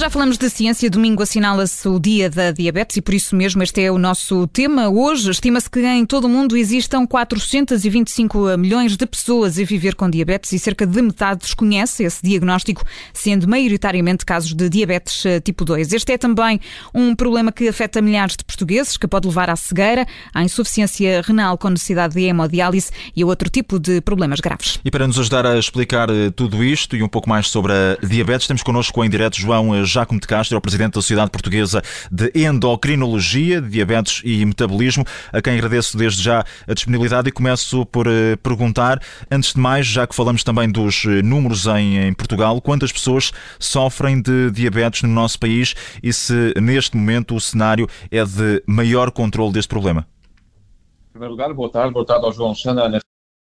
Já falamos de ciência. Domingo assinala-se o Dia da Diabetes e por isso mesmo este é o nosso tema hoje. Estima-se que em todo o mundo existam 425 milhões de pessoas a viver com diabetes e cerca de metade desconhece esse diagnóstico, sendo maioritariamente casos de diabetes tipo 2. Este é também um problema que afeta milhares de portugueses, que pode levar à cegueira, à insuficiência renal com necessidade de hemodiálise e a outro tipo de problemas graves. E para nos ajudar a explicar tudo isto e um pouco mais sobre a diabetes, temos connosco em direto João Jacomo de Castro, é o presidente da Sociedade Portuguesa de Endocrinologia, Diabetes e Metabolismo, a quem agradeço desde já a disponibilidade e começo por perguntar, antes de mais, já que falamos também dos números em Portugal, quantas pessoas sofrem de diabetes no nosso país e se neste momento o cenário é de maior controle deste problema? Em primeiro lugar, boa tarde ao João Alexandre, na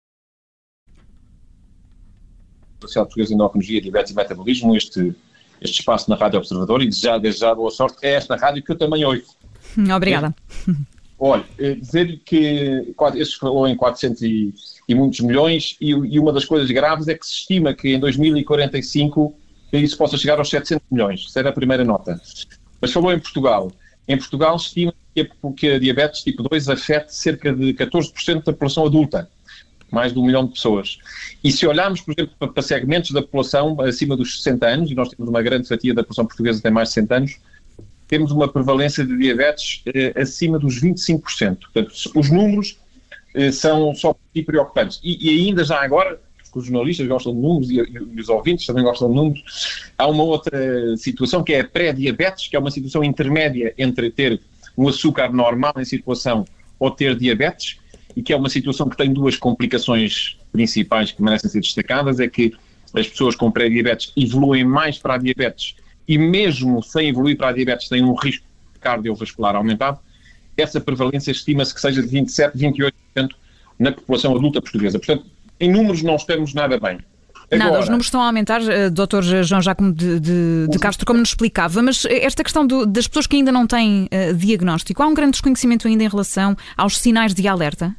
Sociedade Portuguesa de Endocrinologia, Diabetes e Metabolismo, este espaço na Rádio Observador, e desde já boa sorte. É esta rádio que eu também ouço. Obrigada. Olha, dizer que este falou em 400 e muitos milhões e uma das coisas graves é que se estima que em 2045 isso possa chegar aos 700 milhões. Essa era a primeira nota. Mas falou em Portugal. Em Portugal se estima que a diabetes tipo 2 afete cerca de 14% da população adulta. Mais de 1 milhão de pessoas. E se olharmos, por exemplo, para segmentos da população acima dos 60 anos, e nós temos uma grande fatia da população portuguesa que tem mais de 60 anos, temos uma prevalência de diabetes acima dos 25%. Portanto, os números são só preocupantes. E ainda já agora, porque os jornalistas gostam de números e os ouvintes também gostam de números, há uma outra situação que é a pré-diabetes, que é uma situação intermédia entre ter um açúcar normal em circulação ou ter diabetes, e que é uma situação que tem duas complicações principais que merecem ser destacadas, é que as pessoas com pré-diabetes evoluem mais para a diabetes e mesmo sem evoluir para a diabetes têm um risco cardiovascular aumentado. Essa prevalência estima-se que seja de 27%, 28% na população adulta portuguesa. Portanto, em números não estamos nada bem. Nada, os números estão a aumentar, Dr. João Jacomo de Castro, como nos explicava, mas esta questão das pessoas que ainda não têm diagnóstico, há um grande desconhecimento ainda em relação aos sinais de alerta?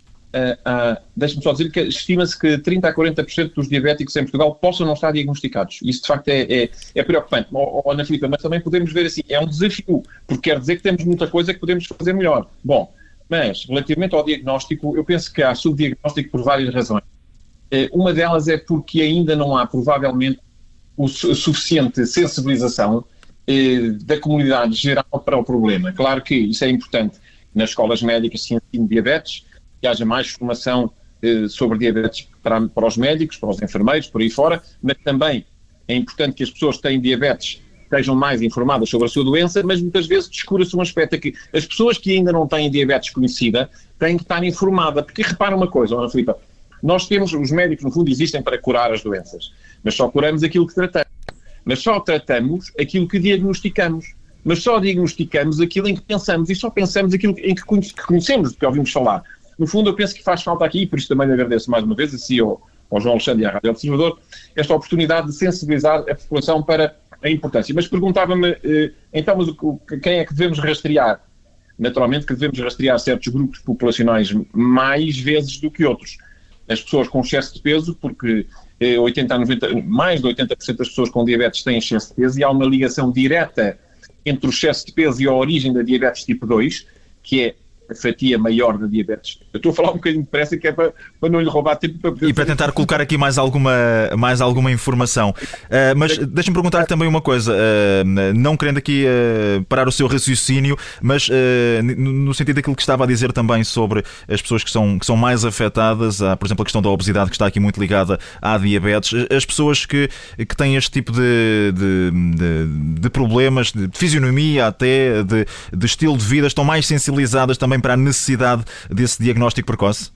Deixe-me só dizer que estima-se que 30% a 40% dos diabéticos em Portugal possam não estar diagnosticados. Isso, de facto, é preocupante. Ana Filipe, mas também podemos ver assim, é um desafio, porque quer dizer que temos muita coisa que podemos fazer melhor. Bom, mas, relativamente ao diagnóstico, eu penso que há subdiagnóstico por várias razões. Uma delas é porque ainda não há, provavelmente, suficiente sensibilização da comunidade geral para o problema. Claro que isso é importante nas escolas médicas se ensine diabetes, que haja mais formação sobre diabetes para os médicos, para os enfermeiros, por aí fora, mas também é importante que as pessoas que têm diabetes estejam mais informadas sobre a sua doença, mas muitas vezes descura-se um aspecto é que as pessoas que ainda não têm diabetes conhecida têm que estar informadas, porque repara uma coisa, Ana Filipe, nós temos, os médicos no fundo existem para curar as doenças, mas só curamos aquilo que tratamos, mas só tratamos aquilo que diagnosticamos, mas só diagnosticamos aquilo em que pensamos e só pensamos aquilo em que conhecemos, do que ouvimos falar. No fundo, eu penso que faz falta aqui, e por isso também agradeço mais uma vez a si, ao João Alexandre e à Rádio Observador, esta oportunidade de sensibilizar a população para a importância. Mas perguntava-me, então, mas quem é que devemos rastrear? Naturalmente que devemos rastrear certos grupos populacionais mais vezes do que outros. As pessoas com excesso de peso, porque 80 a 90, mais de 80% das pessoas com diabetes têm excesso de peso e há uma ligação direta entre o excesso de peso e a origem da diabetes tipo 2, que é a fatia maior da diabetes. Eu estou a falar um bocadinho depressa, que é para não lhe roubar tempo. E para tentar colocar aqui mais alguma informação. Mas deixa-me perguntar-lhe também uma coisa, não querendo aqui parar o seu raciocínio, mas no sentido daquilo que estava a dizer também sobre as pessoas que são mais afetadas, há, por exemplo, a questão da obesidade que está aqui muito ligada à diabetes, as pessoas que têm este tipo de problemas, de fisionomia até, de estilo de vida, estão mais sensibilizadas também para a necessidade desse diagnóstico precoce?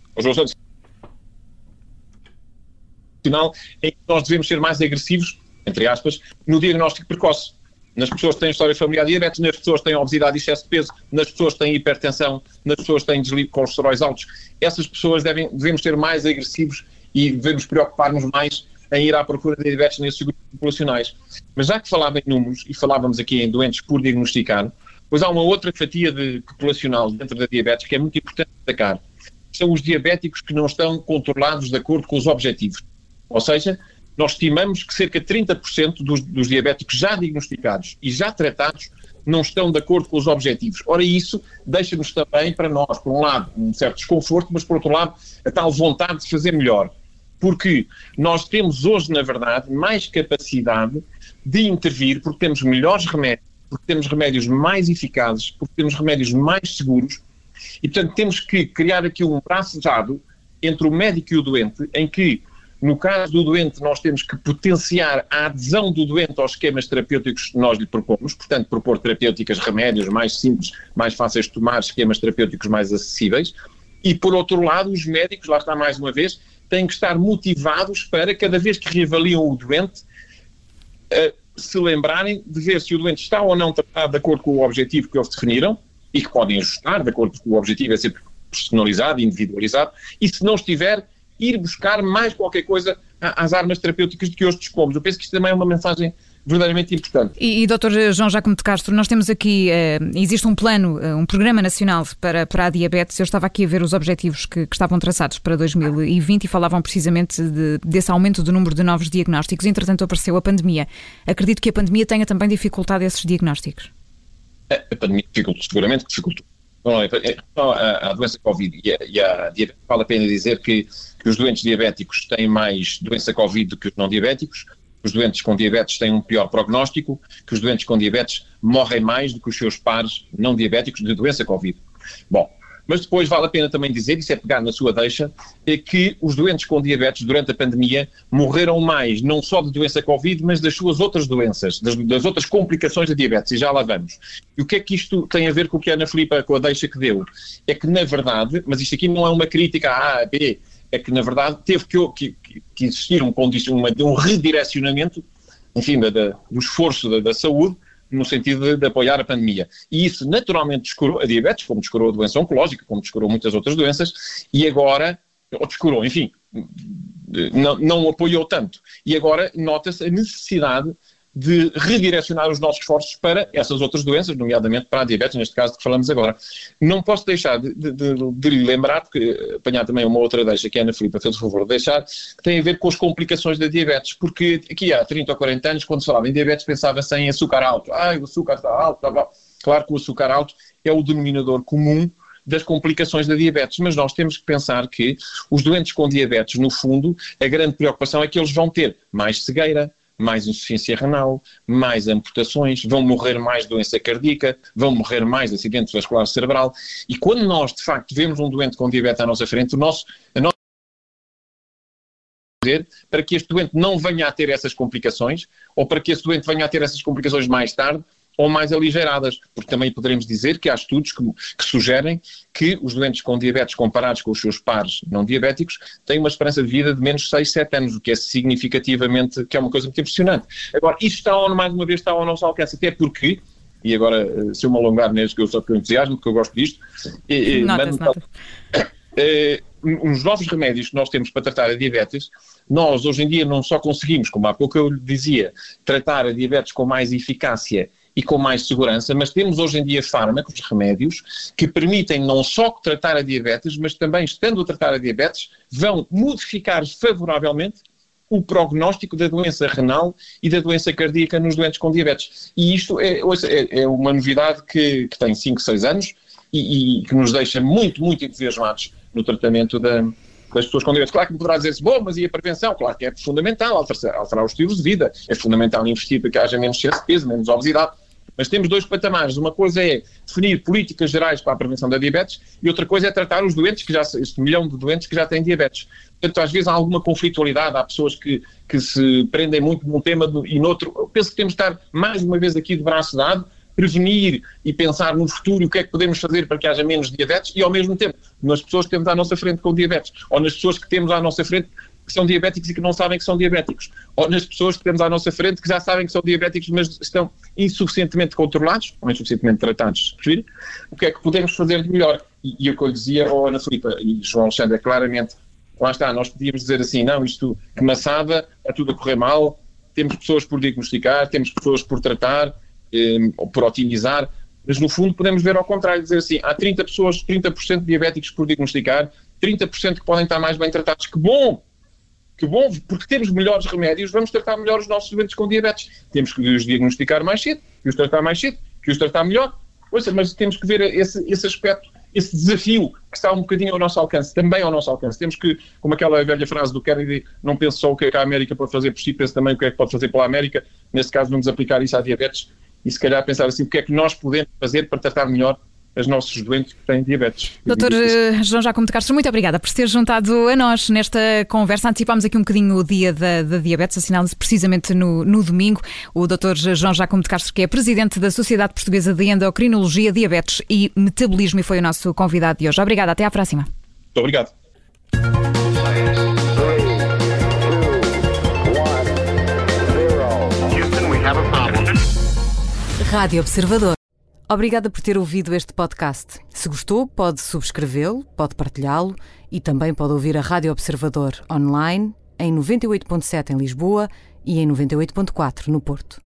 Em que nós devemos ser mais agressivos, entre aspas, no diagnóstico precoce. Nas pessoas que têm história familiar de diabetes, nas pessoas que têm obesidade e excesso de peso, nas pessoas que têm hipertensão, nas pessoas que têm deslize de colesteróis altos. Essas pessoas devemos ser mais agressivos e devemos preocupar-nos mais em ir à procura de diabetes nesses grupos populacionais. Mas já que falava em números, e falávamos aqui em doentes por diagnosticar, pois há uma outra fatia populacional dentro da diabetes que é muito importante destacar. São os diabéticos que não estão controlados de acordo com os objetivos. Ou seja, nós estimamos que cerca de 30% dos diabéticos já diagnosticados e já tratados não estão de acordo com os objetivos. Ora, isso deixa-nos também, para nós, por um lado, um certo desconforto, mas por outro lado, a tal vontade de fazer melhor. Porque nós temos hoje, na verdade, mais capacidade de intervir, porque temos melhores remédios, porque temos remédios mais eficazes, porque temos remédios mais seguros, e, portanto, temos que criar aqui um braço dado entre o médico e o doente, em que, no caso do doente, nós temos que potenciar a adesão do doente aos esquemas terapêuticos que nós lhe propomos, portanto, propor terapêuticas, remédios mais simples, mais fáceis de tomar, esquemas terapêuticos mais acessíveis, e, por outro lado, os médicos, lá está mais uma vez, têm que estar motivados para, cada vez que reavaliam o doente, se lembrarem de ver se o doente está ou não tratado de acordo com o objetivo que eles definiram, e que podem ajustar, de acordo com o objetivo é sempre personalizado, individualizado, e se não estiver, ir buscar mais qualquer coisa às armas terapêuticas de que hoje dispomos. Eu penso que isto também é uma mensagem verdadeiramente importante. E Dr. João Jacomo de Castro, nós temos aqui, existe um plano, um programa nacional para a diabetes. Eu estava aqui a ver os objetivos que estavam traçados para 2020 e falavam precisamente desse aumento do número de novos diagnósticos. Entretanto, apareceu a pandemia. Acredito que a pandemia tenha também dificultado esses diagnósticos. A pandemia seguramente dificultou. A doença Covid e a diabetes, vale a pena dizer que os doentes diabéticos têm mais doença Covid do que os não diabéticos, os doentes com diabetes têm um pior prognóstico, que os doentes com diabetes morrem mais do que os seus pares não diabéticos de doença Covid. Bom, mas depois vale a pena também dizer, isso é pegar na sua deixa, é que os doentes com diabetes durante a pandemia morreram mais, não só de doença Covid, mas das suas outras doenças, das outras complicações da diabetes, e já lá vamos. E o que é que isto tem a ver com o que a Ana Filipa, com a deixa que deu? É que, na verdade, mas isto aqui não é uma crítica a A, a B, é que, na verdade, teve que existir um redirecionamento, enfim, do esforço da saúde, no sentido de apoiar a pandemia. E isso naturalmente descurou a diabetes, como descurou a doença oncológica, como descurou muitas outras doenças, e agora, ou descurou, enfim, não apoiou tanto. E agora nota-se a necessidade de redirecionar os nossos esforços para essas outras doenças, nomeadamente para a diabetes, neste caso que falamos agora. Não posso deixar de lhe lembrar, porque apanhar também uma outra deixa, que a Ana Filipa fez o favor de deixar, que tem a ver com as complicações da diabetes, porque aqui há 30 ou 40 anos, quando se falava em diabetes, pensava-se em açúcar alto. O açúcar está alto, tá. Claro que o açúcar alto é o denominador comum das complicações da diabetes, mas nós temos que pensar que os doentes com diabetes, no fundo, a grande preocupação é que eles vão ter mais cegueira, mais insuficiência renal, mais amputações, vão morrer mais de doença cardíaca, vão morrer mais de acidente vascular cerebral. E quando nós, de facto, vemos um doente com diabetes à nossa frente, para que este doente não venha a ter essas complicações, ou para que esse doente venha a ter essas complicações mais tarde, ou mais aligeradas, porque também poderemos dizer que há estudos que sugerem que os doentes com diabetes comparados com os seus pares não diabéticos têm uma esperança de vida de menos 6, 7 anos, o que é significativamente, que é uma coisa muito impressionante. Agora, isto mais uma vez está ao nosso alcance, até porque, e agora se eu me alongar neste, que eu sou com entusiasmo, porque eu gosto disto, os novos remédios que nós temos para tratar a diabetes, nós hoje em dia não só conseguimos, como há pouco eu lhe dizia, tratar a diabetes com mais eficácia e com mais segurança, mas temos hoje em dia fármacos, remédios, que permitem não só tratar a diabetes, mas também, estando a tratar a diabetes, vão modificar favoravelmente o prognóstico da doença renal e da doença cardíaca nos doentes com diabetes. E isto é uma novidade que tem 5, 6 anos e que nos deixa muito, muito entusiasmados no tratamento das pessoas com diabetes. Claro que me poderá dizer-se, mas e a prevenção? Claro que é fundamental alterar os estilos de vida, é fundamental investir para que haja menos excesso de peso, menos obesidade. Mas temos dois patamares. Uma coisa é definir políticas gerais para a prevenção da diabetes e outra coisa é tratar os doentes, este milhão de doentes que já têm diabetes. Portanto, às vezes há alguma conflitualidade, há pessoas que se prendem muito num tema e noutro. Eu penso que temos de estar mais uma vez aqui de braço dado, prevenir e pensar no futuro e o que é que podemos fazer para que haja menos diabetes e ao mesmo tempo nas pessoas que temos à nossa frente com diabetes ou nas pessoas que temos à nossa frente que são diabéticos e que não sabem que são diabéticos, ou nas pessoas que temos à nossa frente que já sabem que são diabéticos, mas estão insuficientemente controlados, ou insuficientemente tratados, se preferir, o que é que podemos fazer de melhor? E o que eu lhe dizia, Ana Filipa e João Alexandre, é claramente, lá está, nós podíamos dizer assim, não, isto que maçada, está tudo a correr mal, temos pessoas por diagnosticar, temos pessoas por tratar, ou por otimizar, mas no fundo podemos ver ao contrário, dizer assim, há 30% de diabéticos por diagnosticar, 30% que podem estar mais bem tratados, que bom! que bom, porque temos melhores remédios, vamos tratar melhor os nossos doentes com diabetes. Temos que os diagnosticar mais cedo, que os tratar mais cedo, que os tratar melhor. Ouça, mas temos que ver esse aspecto, esse desafio que está um bocadinho ao nosso alcance, também ao nosso alcance. Temos que, como aquela velha frase do Kennedy, não pense só o que é que a América pode fazer por si, pense também o que é que pode fazer pela América. Neste caso vamos aplicar isso à diabetes e se calhar pensar assim, o que é que nós podemos fazer para tratar melhor os nossos doentes que têm diabetes. Dr. João Jacomo de Castro, muito obrigada por se ter juntado a nós nesta conversa. Antecipámos aqui um bocadinho o dia da diabetes, assinala-se precisamente no domingo. O Dr. João Jacomo de Castro, que é presidente da Sociedade Portuguesa de Endocrinologia, Diabetes e Metabolismo, e foi o nosso convidado de hoje. Obrigada, até à próxima. Muito obrigado. Rádio Observador. Obrigada por ter ouvido este podcast. Se gostou, pode subscrevê-lo, pode partilhá-lo e também pode ouvir a Rádio Observador online em 98.7 em Lisboa e em 98.4 no Porto.